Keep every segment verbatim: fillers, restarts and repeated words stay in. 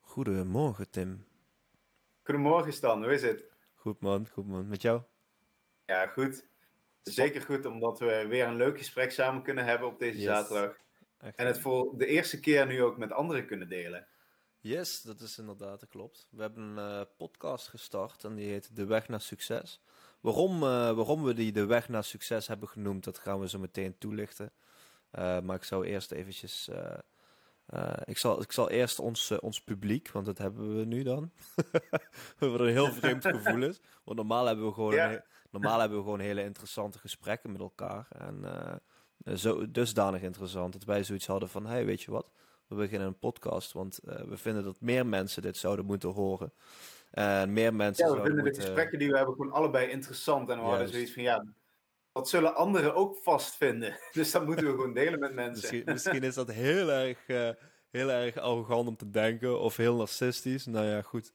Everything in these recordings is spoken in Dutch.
Goedemorgen, Tim. Goedemorgen Stan, hoe is het? Goed man, goed man. Met jou? Ja, goed. Spot? Zeker goed, omdat we weer een leuk gesprek samen kunnen hebben op deze Yes. zaterdag. Echt En het man. voor de eerste keer nu ook met anderen kunnen delen. Yes, dat is inderdaad, dat klopt. We hebben een eh, podcast gestart en die heet De Weg naar Succes. Waarom, eh, waarom we die De Weg naar Succes hebben genoemd, dat gaan we zo meteen toelichten. Eh, maar ik zou eerst eventjes... eh, eh, ik, zal, ik zal eerst ons, eh, ons publiek, want dat hebben we nu dan. Wat een heel vreemd gevoel is. Want normaal hebben we gewoon, een, he- Ja, normaal hebben we gewoon hele interessante gesprekken met elkaar. En eh, zo dusdanig interessant dat wij zoiets hadden van... Hey, weet je wat? We beginnen een podcast, want eh, we vinden dat meer mensen dit zouden moeten horen. En meer mensen ja, we zouden vinden de moeten... gesprekken die we hebben gewoon allebei interessant. En we hadden zoiets Juist. van, ja, dat zullen anderen ook vast vinden. Dus dat moeten we gewoon delen met mensen. Misschien, misschien is dat heel erg, eh, heel erg arrogant om te denken. Of heel narcistisch. Nou ja, goed.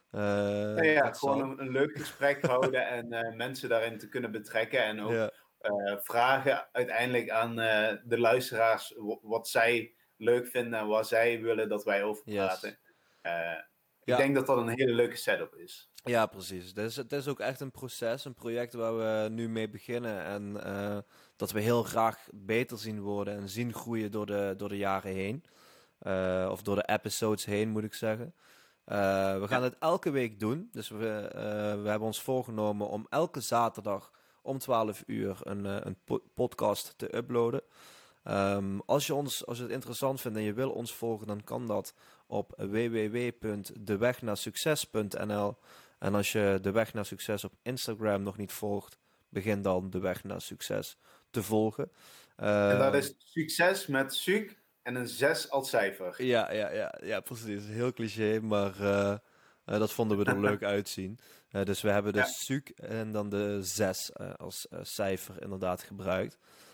Nou Eh ja, dat gewoon zal. een, een leuk gesprek houden en eh, mensen daarin te kunnen betrekken. En ook Ja, eh, vragen uiteindelijk aan eh, de luisteraars w- wat zij leuk vinden en waar zij willen dat wij over yes. praten. Eh, ik Ja, denk dat dat een hele leuke setup is. ja, precies. Dus het is ook echt een proces, een project waar we nu mee beginnen. En eh, dat we heel graag beter zien worden en zien groeien door de, door de jaren heen. Eh, of door de episodes heen, moet ik zeggen. Eh, we gaan Ja, het elke week doen. Dus we, eh, we hebben ons voorgenomen om elke zaterdag om twaalf uur een, eh, een po- podcast te uploaden. Ehm, als je ons, als je het interessant vindt en je wil ons volgen, dan kan dat op w w w punt de weg naar succes punt n l. En als je De Weg naar Succes op Instagram nog niet volgt, begin dan De Weg naar Succes te volgen. en dat Ehm, is succes met suc en een zes als cijfer. ja, ja, ja, ja, precies. Heel cliché, maar eh, eh, dat vonden we er leuk uitzien. Eh, dus we hebben de Ja, suc en dan de zes eh, als eh, cijfer inderdaad gebruikt.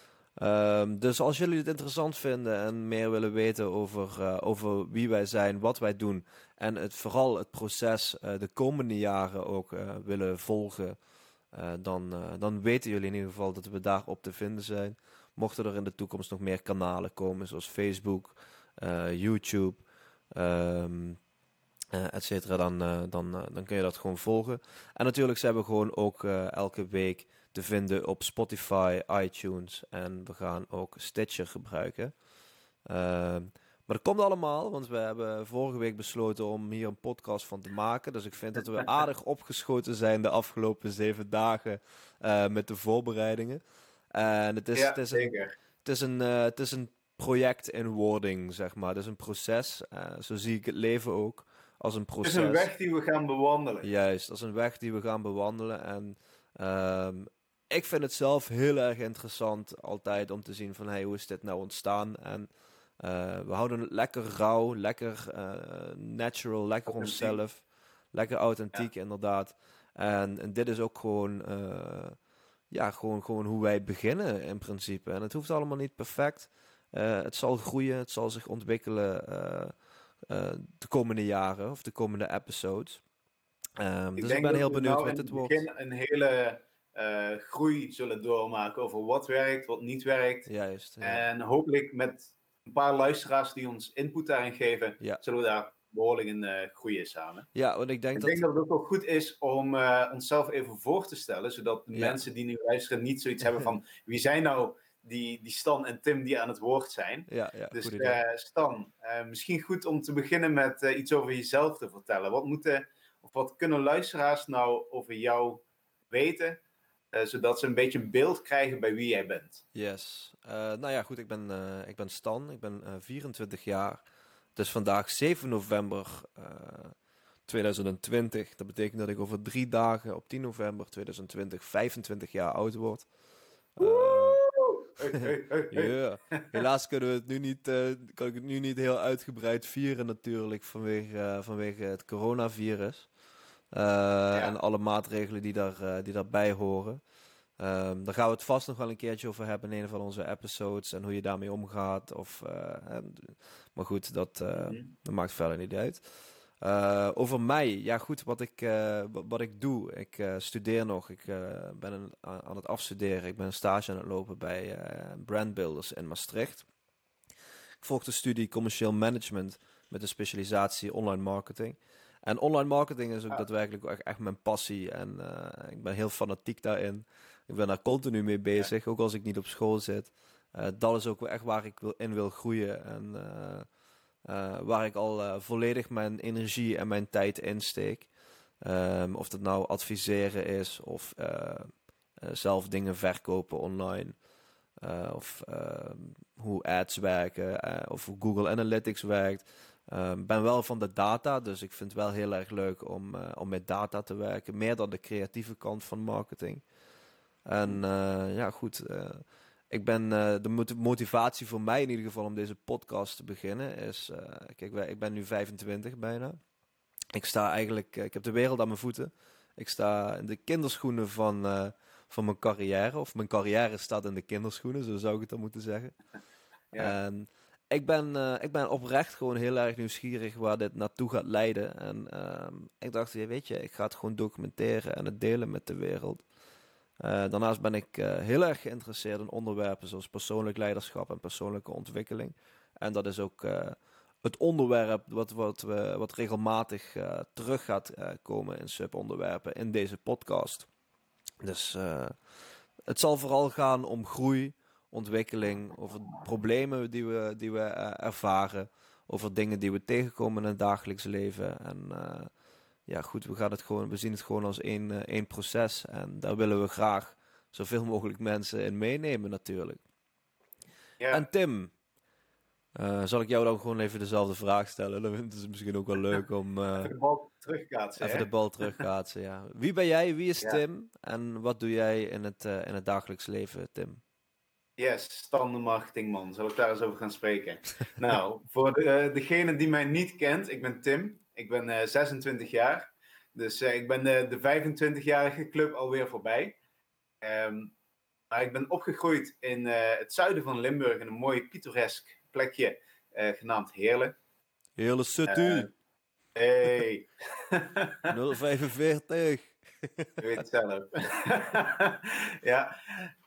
Ehm, dus als jullie het interessant vinden en meer willen weten over, eh, over wie wij zijn, wat wij doen en het, vooral het proces eh, de komende jaren ook eh, willen volgen, eh, dan, eh, dan weten jullie in ieder geval dat we daarop te vinden zijn. Mochten er in de toekomst nog meer kanalen komen, zoals Facebook, eh, YouTube, ehm, eh, et cetera, dan, eh, dan, eh, dan kun je dat gewoon volgen. En natuurlijk zijn we gewoon ook eh, elke week te vinden op Spotify, iTunes en we gaan ook Stitcher gebruiken. Ehm, maar dat komt allemaal, want we hebben vorige week besloten om hier een podcast van te maken. Dus ik vind dat we aardig opgeschoten zijn de afgelopen zeven dagen eh, met de voorbereidingen. En het is, het ja, is een, zeker. het is een, eh, het is een project in wording, zeg maar. Het is een proces. Eh, zo zie ik het leven ook als een Het is een proces. weg die we gaan bewandelen. Juist, als een weg die we gaan bewandelen. En ehm, ik vind het zelf heel erg interessant altijd om te zien van hey, hoe is dit nou ontstaan? En eh, we houden het lekker rauw, lekker eh, natural, lekker Authentiek. onszelf. Lekker Ja. authentiek, inderdaad. En, en dit is ook gewoon, eh, ja, gewoon, gewoon hoe wij beginnen in principe. En het hoeft allemaal niet perfect. Eh, het zal groeien, het zal zich ontwikkelen eh, eh, de komende jaren of de komende episodes. Ehm, Ik dus ik denk ben dat heel we benieuwd nou wat in dit het wordt. begin een hele eh, groei zullen doormaken over wat werkt, wat niet werkt. Juist, ja. En hopelijk met een paar luisteraars die ons input daarin geven, Ja, zullen we daar behoorlijk in eh, groeien samen. ja, want ik denk Ik denk dat... dat het ook wel goed is om eh, onszelf even voor te stellen, zodat de Ja, mensen die nu luisteren niet zoiets hebben van wie zijn nou die, die Stan en Tim die aan het woord zijn. ja, ja, goed Dus idee. eh, Stan, eh, misschien goed om te beginnen met eh, iets over jezelf te vertellen. Wat moeten, of wat kunnen luisteraars nou over jou weten, eh, zodat ze een beetje een beeld krijgen bij wie jij bent? Yes. Eh, nou ja, goed, ik ben, eh, ik ben Stan, ik ben eh, vierentwintig jaar. Het is vandaag zeven november eh, tweeduizend twintig. Dat betekent dat ik over drie dagen op tien november tweeduizend twintig vijfentwintig jaar oud word. Eh, Woe! Hey, hey, hey, hey. Ja, helaas kunnen we het nu niet, eh, kan ik het nu niet heel uitgebreid vieren natuurlijk vanwege, eh, vanwege het coronavirus. Eh, en Ja, alle maatregelen die, daar, eh, die daarbij horen. Ehm, daar gaan we het vast nog wel een keertje over hebben in een van onze episodes en hoe je daarmee omgaat. Of, eh, en- maar goed, dat, eh, mhm. dat maakt verder niet uit. Eh, over mij, ja goed, wat ik, eh, wat, wat ik doe. Ik eh, studeer nog, ik eh, ben een- aan aan het afstuderen. Ik ben een stage aan het lopen bij eh Brand Builders in Maastricht. Ik volg de studie commercieel management met de specialisatie online marketing. En online marketing is ook Ja. daadwerkelijk echt, echt mijn passie. En uh, ik ben heel fanatiek daarin. Ik ben daar continu mee bezig, ja. Ook als ik niet op school zit. Uh, dat is ook echt waar ik wil, in wil groeien. En uh, uh, waar ik al uh, volledig mijn energie en mijn tijd insteek. Um, of dat nou adviseren is of uh, uh, zelf dingen verkopen online. Uh, of uh, hoe ads werken, uh, of hoe Google Analytics werkt. Ik uh, ben wel van de data, dus ik vind het wel heel erg leuk om, uh, om met data te werken. Meer dan de creatieve kant van marketing. En uh, ja, goed. Uh, ik ben, uh, de motivatie voor mij in ieder geval om deze podcast te beginnen is... Uh, kijk, ik ben nu vijfentwintig bijna. Ik sta eigenlijk... Ik heb de wereld aan mijn voeten. Ik sta in de kinderschoenen van... Uh, van mijn carrière, of mijn carrière staat in de kinderschoenen, zo zou ik het dan moeten zeggen. Ja. En ik ben, uh, ik ben oprecht gewoon heel erg nieuwsgierig waar dit naartoe gaat leiden. En uh, ik dacht, ja, weet je, ik ga het gewoon documenteren en het delen met de wereld. Uh, daarnaast ben ik uh, heel erg geïnteresseerd in onderwerpen zoals persoonlijk leiderschap en persoonlijke ontwikkeling. En dat is ook uh, het onderwerp wat, wat, we, wat regelmatig uh, terug gaat uh, komen in subonderwerpen in deze podcast. Dus uh, het zal vooral gaan om groei, ontwikkeling, over problemen die we, die we uh, ervaren, over dingen die we tegenkomen in het dagelijks leven. En uh, ja, goed, we, gaan het gewoon, we zien het gewoon als één, uh, één proces. En daar willen we graag zoveel mogelijk mensen in meenemen natuurlijk. Ja. En Tim, uh, zal ik jou dan gewoon even dezelfde vraag stellen? Dat is misschien ook wel leuk om... Uh, even de bal terugkaatsen. Even hè? de bal terugkaatsen, ja. Wie ben jij? Wie is ja. Tim? En wat doe jij in het, uh, in het dagelijks leven, Tim? Yes, standaard marketingman. Zal ik daar eens over gaan spreken? Nou, voor de, uh, degene die mij niet kent, ik ben Tim. Ik ben uh, zesentwintig jaar. Dus uh, ik ben de, de vijfentwintigjarige club alweer voorbij. Um, maar ik ben opgegroeid in uh, het zuiden van Limburg, in een mooi pittoresk plekje uh, genaamd Heerlen. Heerlen City. Uh, hey. nul vijfenveertig. Je weet het zelf. ja.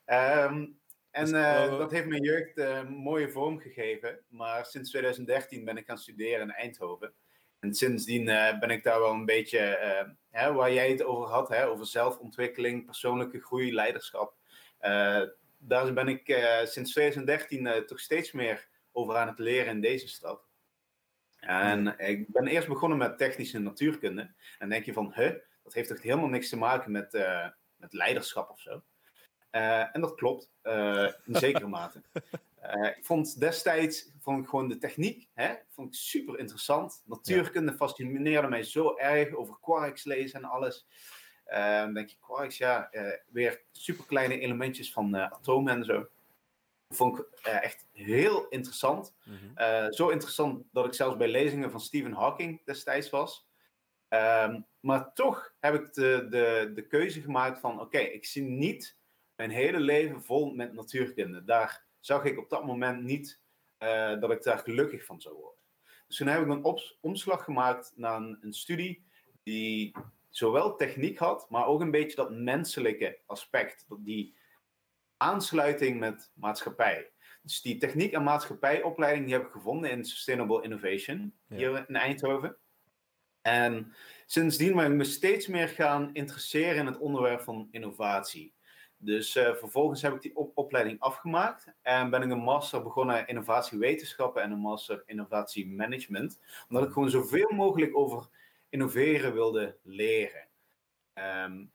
Um, en uh, dat heeft mijn jeugd uh, een mooie vorm gegeven. Maar sinds twintig dertien ben ik gaan studeren in Eindhoven. En sindsdien uh, ben ik daar wel een beetje, uh, hè, waar jij het over had, hè, over zelfontwikkeling, persoonlijke groei, leiderschap. Uh, daar ben ik uh, sinds twintig dertien uh, toch steeds meer over aan het leren in deze stad. En ja. Ik ben eerst begonnen met technische natuurkunde. En dan denk je van, huh, dat heeft toch helemaal niks te maken met, uh, met leiderschap of zo. Uh, en dat klopt, uh, in zekere mate. Uh, ik vond destijds vond ik gewoon de techniek hè, vond ik super interessant. Natuurkunde ja. fascineerde mij zo erg, over quarks lezen en alles. Uh, dan denk je, quarks, ja, uh, weer super kleine elementjes van uh, atomen en zo. Vond ik uh, echt heel interessant. Mm-hmm. Uh, zo interessant dat ik zelfs bij lezingen van Stephen Hawking destijds was. Um, maar toch heb ik de, de, de keuze gemaakt van, oké, okay, ik zie niet mijn hele leven vol met natuurkunde. Daar zag ik op dat moment niet uh, dat ik daar gelukkig van zou worden. Dus toen heb ik een op- omslag gemaakt naar een, een studie die zowel techniek had, maar ook een beetje dat menselijke aspect, die aansluiting met maatschappij. Dus die techniek- en maatschappijopleiding die heb ik gevonden in Sustainable Innovation, ja. hier in Eindhoven. En sindsdien ben ik me steeds meer gaan interesseren in het onderwerp van innovatie. Dus uh, vervolgens heb ik die op- opleiding afgemaakt en ben ik een master begonnen innovatiewetenschappen en een master innovatiemanagement. Omdat ik gewoon zoveel mogelijk over innoveren wilde leren. Um,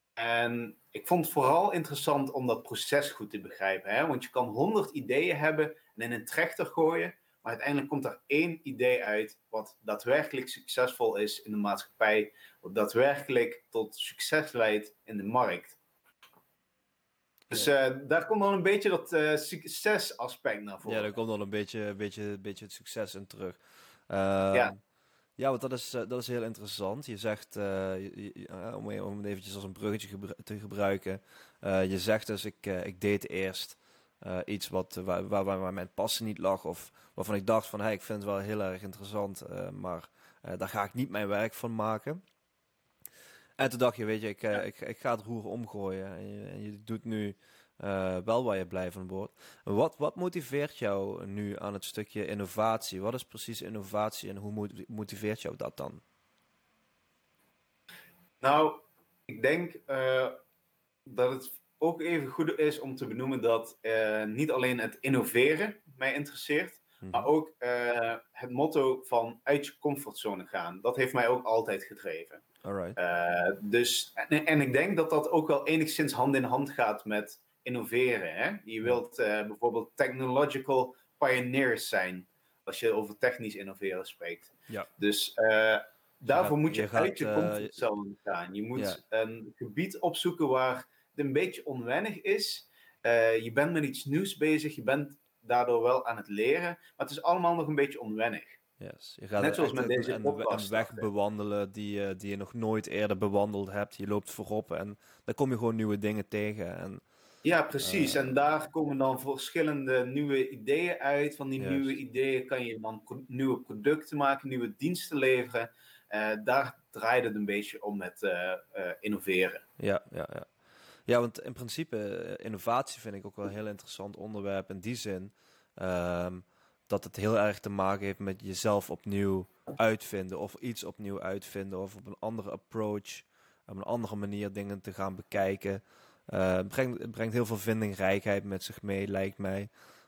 en ik vond het vooral interessant om dat proces goed te begrijpen. Hè? Want je kan honderd ideeën hebben en in een trechter gooien, maar uiteindelijk komt er één idee uit wat daadwerkelijk succesvol is in de maatschappij, wat daadwerkelijk tot succes leidt in de markt. Dus uh, daar komt dan een beetje dat uh, succesaspect naar voren. Ja, daar komt dan een beetje, een beetje, een beetje het succes in terug. Uh, ja. Ja, want dat is, uh, dat is heel interessant. Je zegt, uh, je, je, uh, om, om het eventjes als een bruggetje gebru- te gebruiken. Uh, je zegt dus, ik, uh, ik deed eerst uh, iets wat, uh, waar, waar, waar mijn passie niet lag. Of waarvan ik dacht van, hey, ik vind het wel heel erg interessant. Uh, maar uh, daar ga ik niet mijn werk van maken. En toen dacht je, weet je, ik, uh, ik, ik ga het roer omgooien. En je, en je doet nu uh, wel waar je blij van wordt. Wat, wat motiveert jou nu aan het stukje innovatie? Wat is precies innovatie en hoe motiveert jou dat dan? Nou, ik denk uh, dat het ook even goed is om te benoemen dat uh, niet alleen het innoveren mij interesseert, mm-hmm. maar ook uh, het motto van uit je comfortzone gaan. Dat heeft mij ook altijd gedreven. Alright. Uh, dus, en, en ik denk dat dat ook wel enigszins hand in hand gaat met innoveren. Hè? Je wilt uh, bijvoorbeeld technological pioneers zijn, als je over technisch innoveren spreekt. Ja. Dus uh, daarvoor gaat, moet je, je uit je uh, comfortzone gaan. Je moet ja. een gebied opzoeken waar het een beetje onwennig is. Uh, je bent met iets nieuws bezig, je bent daardoor wel aan het leren, maar het is allemaal nog een beetje onwennig. Yes. Je gaat Net zoals met deze een, podcast. Een weg bewandelen die, uh, die je nog nooit eerder bewandeld hebt. Je loopt voorop en dan kom je gewoon nieuwe dingen tegen. En, ja, precies. Uh, en daar komen dan verschillende nieuwe ideeën uit. Van die juist. nieuwe ideeën kan je dan pro- nieuwe producten maken, nieuwe diensten leveren. Uh, daar draait het een beetje om met uh, uh, innoveren. Ja, ja, ja. Ja, want in principe, innovatie vind ik ook wel een heel interessant onderwerp in die zin. Um, dat het heel erg te maken heeft met jezelf opnieuw uitvinden. Of iets opnieuw uitvinden. Of op een andere approach. Op een andere manier dingen te gaan bekijken. Uh, het, brengt, het brengt heel veel vindingrijkheid met zich mee, lijkt mij.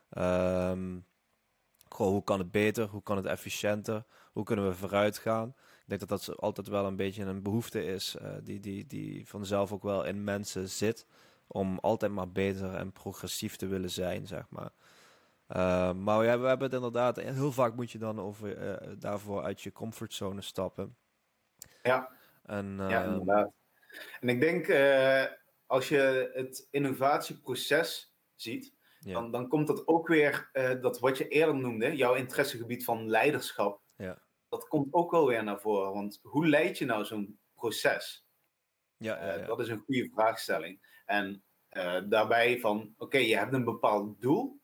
Um, goh, hoe kan het beter? Hoe kan het efficiënter? Hoe kunnen we vooruit gaan? Ik denk dat dat altijd wel een beetje een behoefte is. Uh, die, die, die vanzelf ook wel in mensen zit. Om altijd maar beter en progressief te willen zijn, zeg maar. Uh, maar ja, we hebben het inderdaad, heel vaak moet je dan over, uh, daarvoor uit je comfortzone stappen. Ja, en, uh, ja inderdaad. En ik denk, uh, als je het innovatieproces ziet, ja. dan, dan komt dat ook weer, uh, dat wat je eerder noemde, jouw interessegebied van leiderschap, ja. dat komt ook wel weer naar voren. Want hoe leid je nou zo'n proces? Ja, ja, ja. Uh, dat is een goede vraagstelling. En uh, daarbij van, oké, okay, je hebt een bepaald doel.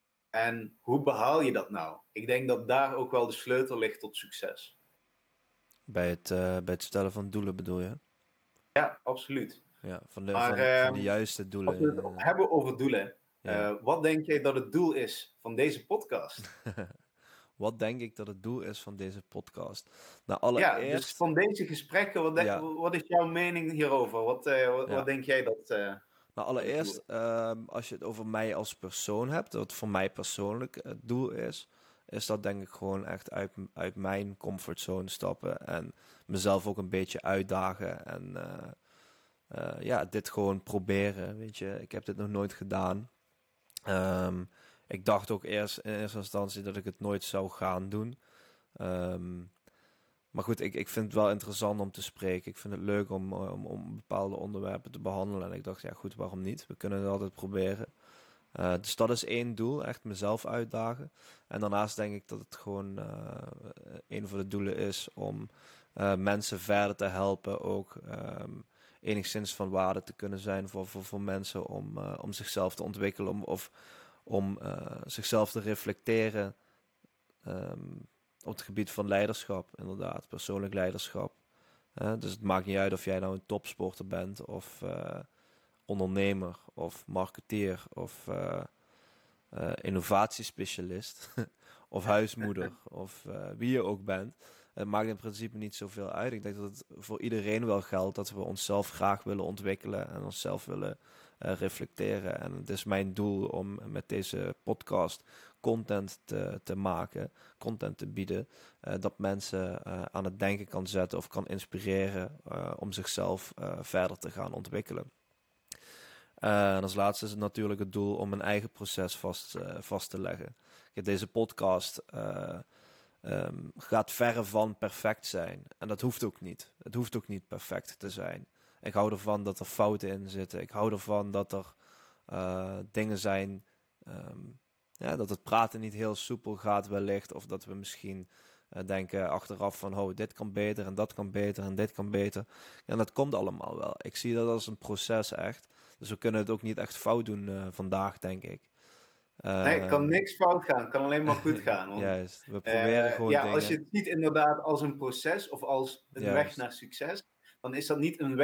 En hoe behaal je dat nou? Ik denk dat daar ook wel de sleutel ligt tot succes. Bij het, uh, bij het stellen van doelen bedoel je? Ja, absoluut. Ja, van de, maar, van, uh, van de juiste doelen. Als we het uh, hebben over doelen. Ja. Uh, wat denk jij dat het doel is van deze podcast? Wat denk ik dat het doel is van deze podcast? Nou, allereerst... Ja, dus van deze gesprekken, wat, de, ja. wat is jouw mening hierover? Wat, uh, wat, ja. wat denk jij dat... Uh, Nou, allereerst, uh, als je het over mij als persoon hebt, wat voor mij persoonlijk het doel is, is dat denk ik gewoon echt uit, uit mijn comfortzone stappen en mezelf ook een beetje uitdagen en uh, uh, ja, dit gewoon proberen, weet je. Ik heb dit nog nooit gedaan. Um, ik dacht ook eerst in eerste instantie dat ik het nooit zou gaan doen. Um, Maar goed, ik, ik vind het wel interessant om te spreken. Ik vind het leuk om, om, om bepaalde onderwerpen te behandelen. En ik dacht, ja goed, waarom niet? We kunnen het altijd proberen. Uh, dus dat is één doel, echt mezelf uitdagen. En daarnaast denk ik dat het gewoon uh, een van de doelen is om uh, mensen verder te helpen. Ook um, enigszins van waarde te kunnen zijn voor, voor, voor mensen om, uh, om zichzelf te ontwikkelen. Om, of om uh, zichzelf te reflecteren. Um, Op het gebied van leiderschap, inderdaad. Persoonlijk leiderschap. Uh, dus het maakt niet uit of jij nou een topsporter bent, of uh, ondernemer, of marketeer, of uh, uh, innovatiespecialist, of huismoeder, of uh, wie je ook bent. Het maakt in principe niet zoveel uit. Ik denk dat het voor iedereen wel geldt dat we onszelf graag willen ontwikkelen en onszelf willen uh, reflecteren. En het is mijn doel om met deze podcast content te, te maken, content te bieden, uh, dat mensen uh, aan het denken kan zetten of kan inspireren uh, om zichzelf uh, verder te gaan ontwikkelen. Uh, en als laatste is het natuurlijk het doel om een eigen proces vast, uh, vast te leggen. Kijk, deze podcast uh, um, gaat verre van perfect zijn. En dat hoeft ook niet. Het hoeft ook niet perfect te zijn. Ik hou ervan dat er fouten in zitten. Ik hou ervan dat er uh, dingen zijn... Um, Ja, dat het praten niet heel soepel gaat wellicht. Of dat we misschien uh, denken achteraf van... Oh, dit kan beter en dat kan beter en dit kan beter. En dat komt allemaal wel. Ik zie dat als een proces echt. Dus we kunnen het ook niet echt fout doen uh, vandaag, denk ik. Uh, nee, er kan niks fout gaan. Het kan alleen maar goed gaan. Want, juist, we proberen uh, gewoon ja, dingen. Als je het ziet inderdaad als een proces of als een juist. weg naar succes... dan is dat niet een weg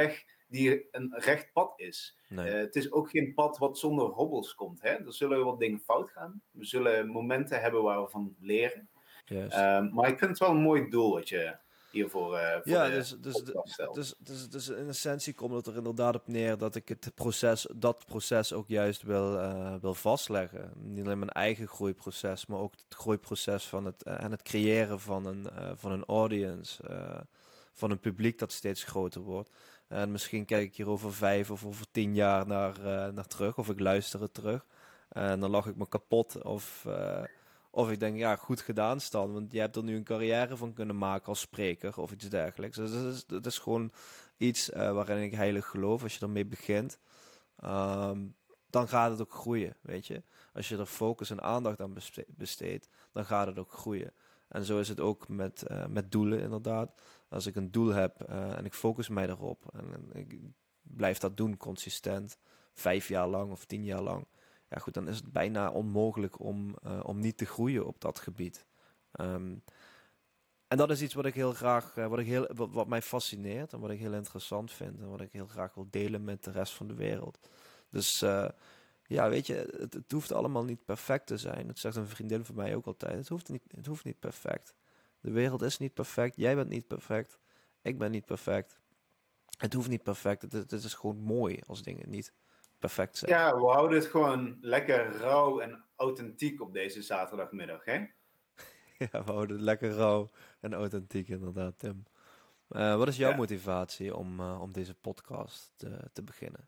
die een recht pad is. Nee. Uh, het is ook geen pad wat zonder hobbels komt. Hè? Er zullen wat dingen fout gaan. We zullen momenten hebben waar we van leren. Juist. Uh, maar ik vind het wel een mooi doel wat je hiervoor uh, voor ja, de dus, dus, stelt. Dus, dus, dus in essentie komt het er inderdaad op neer dat ik het proces, dat proces ook juist wil, uh, wil vastleggen. Niet alleen mijn eigen groeiproces, maar ook het groeiproces van het, uh, en het creëren van een, uh, van een audience. Uh, van een publiek dat steeds groter wordt. En misschien kijk ik hier over vijf of over tien jaar naar, uh, naar terug, of ik luister het terug. En dan lach ik me kapot of... Uh, Of ik denk, ja, goed gedaan Stan, want je hebt er nu een carrière van kunnen maken als spreker of iets dergelijks. Dus dat is, dat is gewoon iets uh, waarin ik heilig geloof. Als je ermee begint, um, dan gaat het ook groeien, weet je. Als je er focus en aandacht aan besteedt, dan gaat het ook groeien. En zo is het ook met, uh, met doelen inderdaad. Als ik een doel heb uh, en ik focus mij erop en, en ik blijf dat doen consistent, vijf jaar lang of tien jaar lang. Ja goed, dan is het bijna onmogelijk om, uh, om niet te groeien op dat gebied. Um, en dat is iets wat ik heel graag, uh, wat, ik heel, wat, wat mij fascineert en wat ik heel interessant vind. En wat ik heel graag wil delen met de rest van de wereld. Dus uh, ja, weet je, het, het hoeft allemaal niet perfect te zijn. Dat zegt een vriendin van mij ook altijd. Het hoeft niet, het hoeft niet perfect. De wereld is niet perfect, jij bent niet perfect, ik ben niet perfect. Het hoeft niet perfect, het, het is gewoon mooi als dingen niet perfect zijn. Ja, we houden het gewoon lekker rauw en authentiek op deze zaterdagmiddag, hè? Ja, we houden het lekker rauw en authentiek inderdaad, Tim. Uh, wat is jouw ja. motivatie om, uh, om deze podcast te, te beginnen?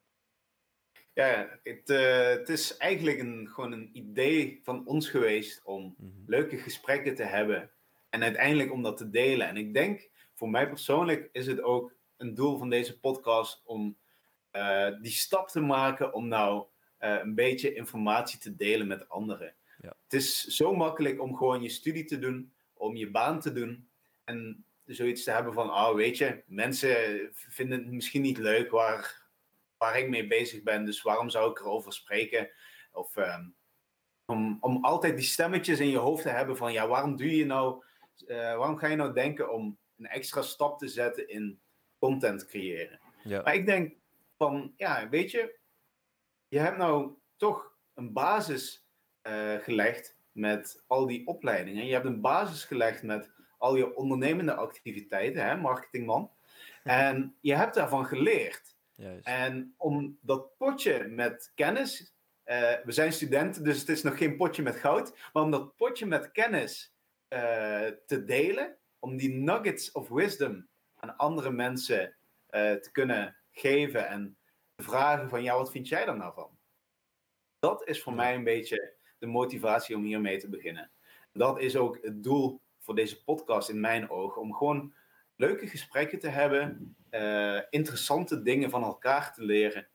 Ja, het, uh, het is eigenlijk een, gewoon een idee van ons geweest om mm-hmm. leuke gesprekken te hebben. En uiteindelijk om dat te delen. En ik denk, voor mij persoonlijk is het ook een doel van deze podcast om uh, die stap te maken om nou uh, een beetje informatie te delen met anderen. Ja. Het is zo makkelijk om gewoon je studie te doen, om je baan te doen. En zoiets te hebben van, oh weet je, mensen vinden het misschien niet leuk waar... waar ik mee bezig ben, dus waarom zou ik erover spreken? Of um, om, om altijd die stemmetjes in je hoofd te hebben van, ja, waarom doe je nou, uh, waarom ga je nou denken om een extra stap te zetten in content creëren? Ja. Maar ik denk van, ja, weet je, je hebt nou toch een basis uh, gelegd met al die opleidingen. Je hebt een basis gelegd met al je ondernemende activiteiten, hè, marketingman. En je hebt daarvan geleerd. Juist. En om dat potje met kennis, uh, we zijn studenten, dus het is nog geen potje met goud, maar om dat potje met kennis uh, te delen, om die nuggets of wisdom aan andere mensen uh, te kunnen geven en vragen van, ja, wat vind jij er nou van? Dat is voor ja. mij een beetje de motivatie om hiermee te beginnen. Dat is ook het doel voor deze podcast in mijn ogen, om gewoon leuke gesprekken te hebben, uh, interessante dingen van elkaar te leren.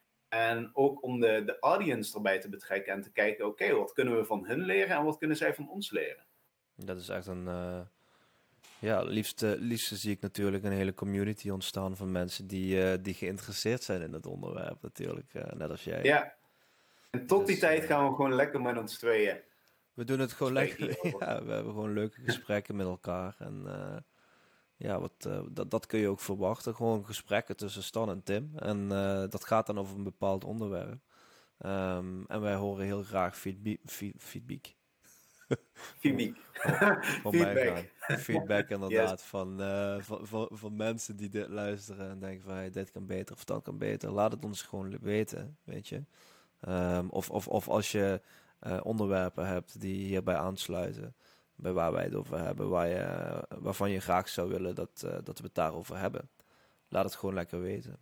En ook om de, de audience erbij te betrekken en te kijken, oké, okay, wat kunnen we van hun leren en wat kunnen zij van ons leren? Dat is echt een, uh, ja, liefste, liefste zie ik natuurlijk een hele community ontstaan van mensen die, uh, die geïnteresseerd zijn in het onderwerp natuurlijk, uh, net als jij. Ja, en tot dus, die tijd uh, gaan we gewoon lekker met ons tweeën. We doen het gewoon lekker, ja, we hebben gewoon leuke gesprekken met elkaar en... Uh, Ja, wat, uh, dat, dat kun je ook verwachten. Gewoon gesprekken tussen Stan en Tim. En uh, dat gaat dan over een bepaald onderwerp. Um, en wij horen heel graag feedback. Feedback. Feedback. van Feedback. Feedback inderdaad. Yes. Van, uh, van, van, van mensen die dit luisteren en denken van hey, dit kan beter of dat kan beter. Laat het ons gewoon weten, weet je. Um, of, of, of als je uh, onderwerpen hebt die hierbij aansluiten. Bij waar wij het over hebben, waar je, waarvan je graag zou willen dat, uh, dat we het daarover hebben. Laat het gewoon lekker weten.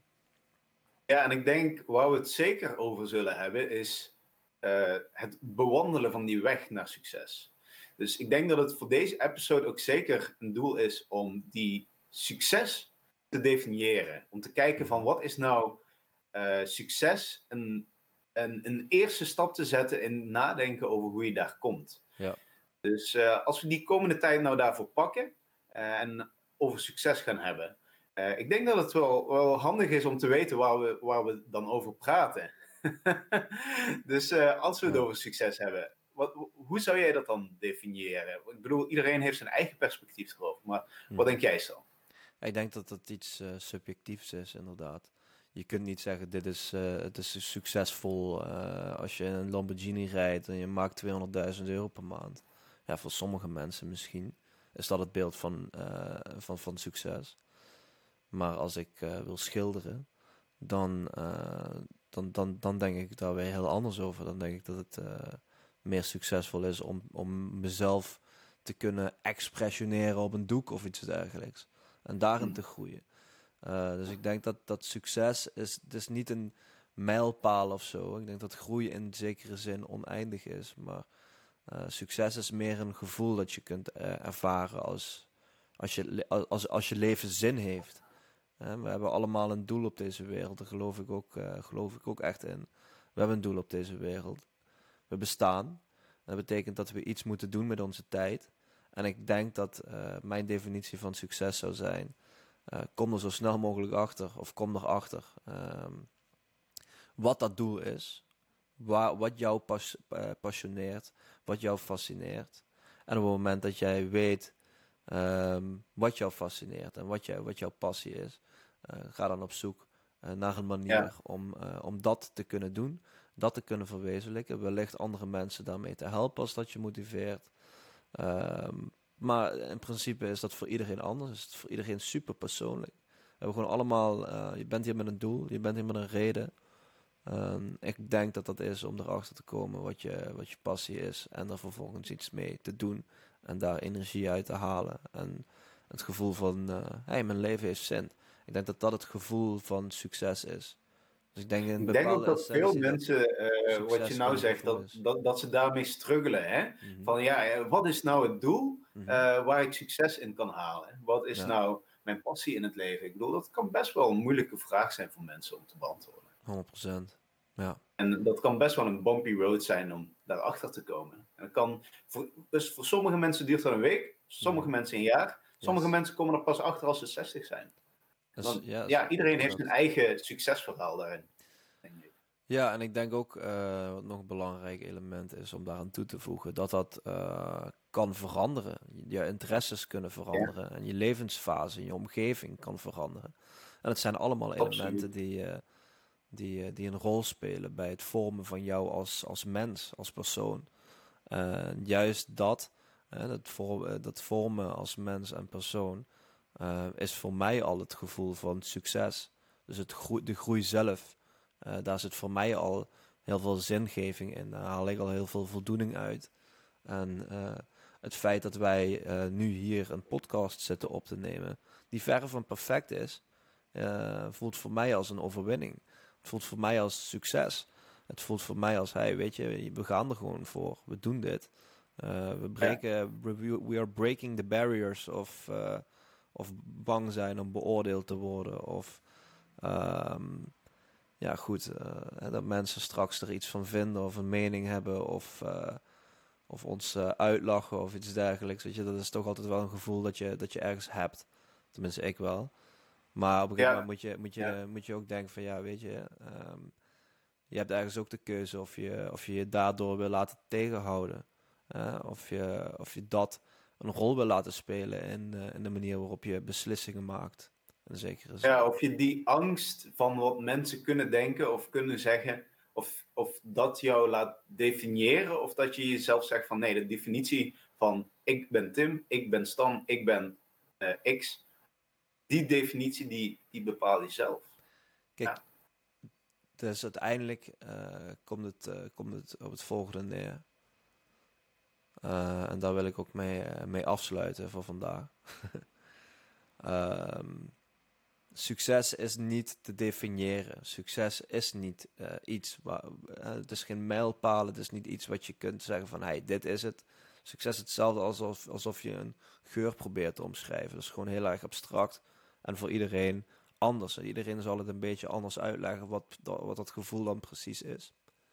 Ja, en ik denk waar we het zeker over zullen hebben, is uh, het bewandelen van die weg naar succes. Dus ik denk dat het voor deze episode ook zeker een doel is om die succes te definiëren. Om te kijken van wat is nou uh, succes, een, een, een eerste stap te zetten in nadenken over hoe je daar komt. Ja. Dus uh, als we die komende tijd nou daarvoor pakken uh, en over succes gaan hebben. Uh, ik denk dat het wel, wel handig is om te weten waar we, waar we dan over praten. dus uh, als we het over succes hebben, wat, hoe zou jij dat dan definiëren? Ik bedoel, iedereen heeft zijn eigen perspectief erover, maar wat denk jij zo? Ik denk dat dat iets uh, subjectiefs is, inderdaad. je kunt niet zeggen, dit is, uh, het is succesvol uh, als je een Lamborghini rijdt en je maakt tweehonderdduizend euro per maand. Ja, voor sommige mensen misschien is dat het beeld van, uh, van, van succes. Maar als ik uh, wil schilderen, dan, uh, dan, dan, dan denk ik daar weer heel anders over. Dan denk ik dat het uh, meer succesvol is om, om mezelf te kunnen expressioneren op een doek of iets dergelijks. En daarin te groeien. Uh, dus ik denk dat, dat succes is, het is niet een mijlpaal of zo. Ik denk dat groei in zekere zin oneindig is. Maar uh, succes is meer een gevoel dat je kunt uh, ervaren als, als, je, als, als je leven zin heeft. Uh, we hebben allemaal een doel op deze wereld. Daar geloof ik, ook, uh, geloof ik ook echt in. We hebben een doel op deze wereld. We bestaan. En dat betekent dat we iets moeten doen met onze tijd. En ik denk dat uh, mijn definitie van succes zou zijn... Uh, kom er zo snel mogelijk achter, of kom erachter um, wat dat doel is, waar, wat jou pas, uh, passioneert, wat jou fascineert. En op het moment dat jij weet um, wat jou fascineert en wat, jou, wat jouw passie is, uh, ga dan op zoek uh, naar een manier ja. om, uh, om dat te kunnen doen, dat te kunnen verwezenlijken, wellicht andere mensen daarmee te helpen als dat je motiveert. Um, Maar in principe is dat voor iedereen anders. Is het voor iedereen super persoonlijk. We hebben gewoon allemaal... Uh, je bent hier met een doel. Je bent hier met een reden. Um, ik denk dat dat is om erachter te komen wat je, wat je passie is. En er vervolgens iets mee te doen. En daar energie uit te halen. En het gevoel van... Uh, hey, mijn leven heeft zin. Ik denk dat dat het gevoel van succes is. Dus ik denk, in ik denk ook dat veel mensen, uh, wat je nou zegt, dat, dat, dat ze daarmee struggelen. Hè? Mm-hmm. Van ja, wat is nou het doel mm-hmm. uh, waar ik succes in kan halen? Wat is ja. nou mijn passie in het leven? Ik bedoel, dat kan best wel een moeilijke vraag zijn voor mensen om te beantwoorden. honderd procent, ja. En dat kan best wel een bumpy road zijn om daarachter te komen. En dat kan, voor, dus voor sommige mensen duurt dat een week, sommige mm-hmm. mensen een jaar, sommige yes. mensen komen er pas achter als ze zestig zijn. Want, ja, ja, iedereen heeft zijn eigen succesverhaal daarin. Denk ik. Ja, en ik denk ook, uh, wat nog een belangrijk element is om daaraan toe te voegen, dat dat uh, kan veranderen. Je interesses kunnen veranderen ja. en je levensfase, je omgeving kan veranderen. En het zijn allemaal elementen die, uh, die, uh, die een rol spelen bij het vormen van jou als, als mens, als persoon. Uh, juist dat, uh, dat, voor, uh, dat vormen als mens en persoon, Uh, is voor mij al het gevoel van succes. Dus het groe- de groei zelf. Uh, daar zit voor mij al heel veel zingeving in. Daar haal ik al heel veel voldoening uit. En uh, het feit dat wij uh, nu hier een podcast zitten op te nemen, die verre van perfect is, uh, voelt voor mij als een overwinning. Het voelt voor mij als succes. Het voelt voor mij als, hey, weet je, we gaan er gewoon voor. We doen dit. Uh, we, breken, we, we are breaking the barriers of... Uh, Of bang zijn om beoordeeld te worden. Of um, ja goed, uh, dat mensen straks er iets van vinden of een mening hebben. Of, uh, of ons uh, uitlachen of iets dergelijks. Weet je, dat is toch altijd wel een gevoel dat je, dat je ergens hebt. Tenminste, ik wel. Maar op een gegeven ja. moment moet je, moet, je, ja. moet je ook denken van ja, weet je... Um, je hebt ergens ook de keuze of je je, je daardoor wil laten tegenhouden. Uh, of, je, of je dat... een rol wil laten spelen in, uh, in de manier waarop je beslissingen maakt. In zekere zin. Ja, of je die angst van wat mensen kunnen denken of kunnen zeggen, of, of dat jou laat definiëren, of dat je jezelf zegt van nee, de definitie van ik ben Tim, ik ben Stan, ik ben uh, X, die definitie die, die bepaal je zelf. Kijk, ja. Dus uiteindelijk uh, komt, het, uh, komt het op het volgende neer. Uh, en daar wil ik ook mee, uh, mee afsluiten voor vandaag. um, succes is niet te definiëren. Succes is niet uh, iets waar... Uh, het is geen mijlpaal. Het is niet iets wat je kunt zeggen van... Hey, dit is het. Succes is hetzelfde alsof, alsof je een geur probeert te omschrijven. Dat is gewoon heel erg abstract. En voor iedereen anders. En iedereen zal het een beetje anders uitleggen... wat, wat dat gevoel dan precies is.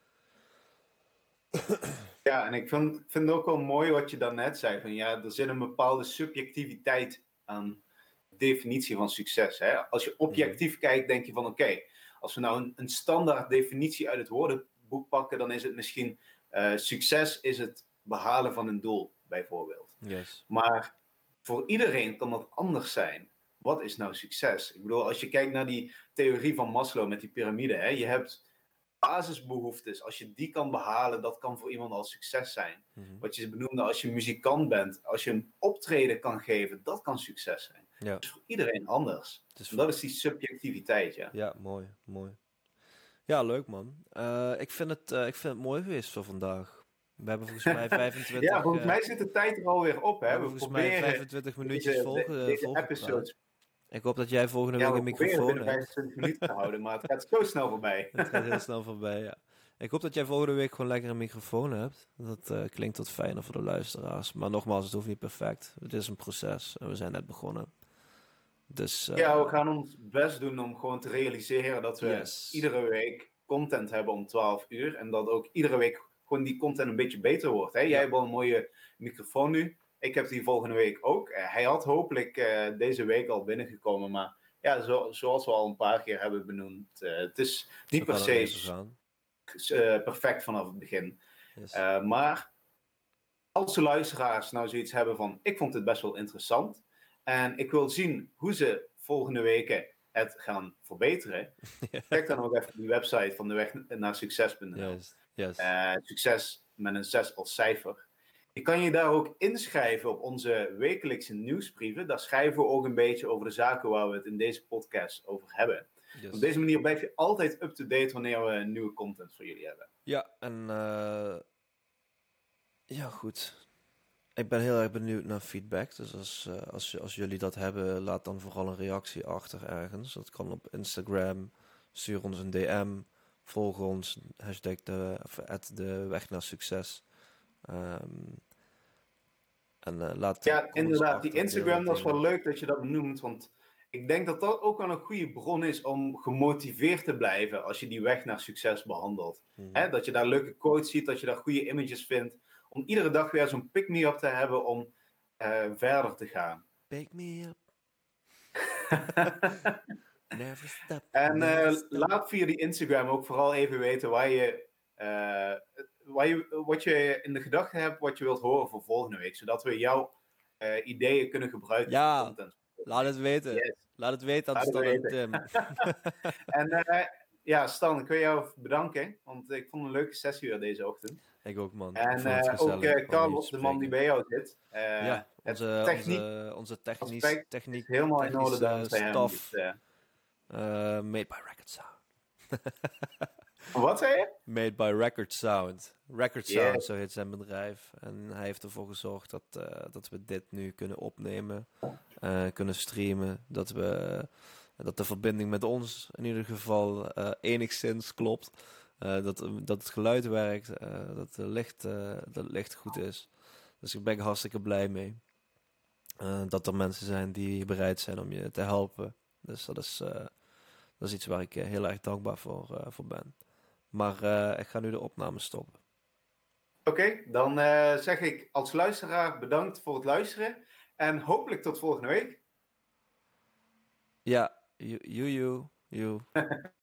Ja, en ik vind, vind het ook wel mooi wat je daarnet zei. Van ja, er zit een bepaalde subjectiviteit aan de definitie van succes. Hè? Als je objectief mm-hmm. kijkt, denk je van oké, okay, als we nou een, een standaard definitie uit het woordenboek pakken, dan is het misschien uh, succes is het behalen van een doel, bijvoorbeeld. Yes. Maar voor iedereen kan dat anders zijn. wat is nou succes? Ik bedoel, als je kijkt naar die theorie van Maslow met die piramide, hè, je hebt basisbehoeftes. Als je die kan behalen, dat kan voor iemand al succes zijn. Mm-hmm. Wat je benoemde, als je muzikant bent, als je een optreden kan geven, dat kan succes zijn. Ja. Dat is voor iedereen anders. Dus voor... Dat is die subjectiviteit, ja. Ja, mooi, mooi. Ja, leuk man. Uh, ik, vind het, uh, ik vind het mooi geweest voor vandaag. We hebben volgens mij vijfentwintig... ja, volgens uh, mij zit de tijd er alweer op. Hè? We, we volgens mij vijfentwintig minuutjes deze, volgen. De, deze episodes. Ik hoop dat jij volgende ja, week een microfoon hebt. vijfentwintig minuten te houden, maar het gaat zo snel voorbij. Het gaat heel snel voorbij, ja. Ik hoop dat jij volgende week gewoon lekker een microfoon hebt. Dat uh, klinkt wat fijner voor de luisteraars. Maar nogmaals, het hoeft niet perfect. Het is een proces en we zijn net begonnen. Dus, uh, ja, we gaan ons best doen om gewoon te realiseren dat we yes. iedere week content hebben om twaalf uur. En dat ook iedere week gewoon die content een beetje beter wordt. Hè? Jij ja. hebt al een mooie microfoon nu. Ik heb die volgende week ook. Uh, hij had hopelijk uh, deze week al binnengekomen. Maar ja, zo, zoals we al een paar keer hebben benoemd. Uh, het is niet per se uh, perfect vanaf het begin. Yes. Uh, maar als de luisteraars nou zoiets hebben van... Ik vond het best wel interessant. En ik wil zien hoe ze volgende weken het gaan verbeteren. Ja. Check dan ook even die website van de weg naar succes punt n l. Yes. Yes. Uh, succes met een zes als cijfer. Je kan je daar ook inschrijven op onze wekelijkse nieuwsbrieven. Daar schrijven we ook een beetje over de zaken waar we het in deze podcast over hebben. Yes. Op deze manier blijf je altijd up-to-date wanneer we nieuwe content voor jullie hebben. Ja, en uh... ja, goed. Ik ben heel erg benieuwd naar feedback. Dus als, uh, als, als jullie dat hebben, laat dan vooral een reactie achter ergens. Dat kan op Instagram. Stuur ons een D M. Volg ons. Hashtag de, of at de weg naar succes. Um, en uh, laat ja, inderdaad. Die Instagram, dat is wel leuk dat je dat benoemt. Want ik denk dat dat ook wel een goede bron is om gemotiveerd te blijven als je die weg naar succes behandelt. Mm-hmm. Hè, dat je daar leuke quotes ziet, dat je daar goede images vindt. Om iedere dag weer zo'n pick-me-up te hebben om uh, verder te gaan. Pick me up. Never stop. En never uh, stop. Laat via die Instagram ook vooral even weten waar je, uh, waar je, wat je in de gedachten hebt, wat je wilt horen voor volgende week. Zodat we jouw uh, ideeën kunnen gebruiken. Ja, voor content. Laat het weten. Yes. Laat het weten aan Stan en Tim. en uh, ja, Stan, ik wil jou bedanken. Want ik vond een leuke sessie weer deze ochtend. Ik ook, man. En uh, ook uh, Carlos, de man die bij jou zit. Uh, ja, onze, techniek, onze, onze technisch, techniek, helemaal in orde dankzij staf. Dus, uh, uh, made by Record Sound. Wat zei je? Made by Record Sound. Record Sound, yeah. Zo heet zijn bedrijf. En hij heeft ervoor gezorgd dat, uh, dat we dit nu kunnen opnemen. Uh, kunnen streamen. Dat we... Dat de verbinding met ons in ieder geval uh, enigszins klopt. Uh, dat, dat het geluid werkt. Uh, dat, de licht, uh, dat het licht goed is. Dus ik ben hartstikke blij mee. Uh, dat er mensen zijn die bereid zijn om je te helpen. Dus dat is, uh, dat is iets waar ik uh, heel erg dankbaar voor, uh, voor ben. Maar uh, ik ga nu de opname stoppen. Oké, okay, dan uh, zeg ik als luisteraar bedankt voor het luisteren. En hopelijk tot volgende week. Ja, you, you, you. you.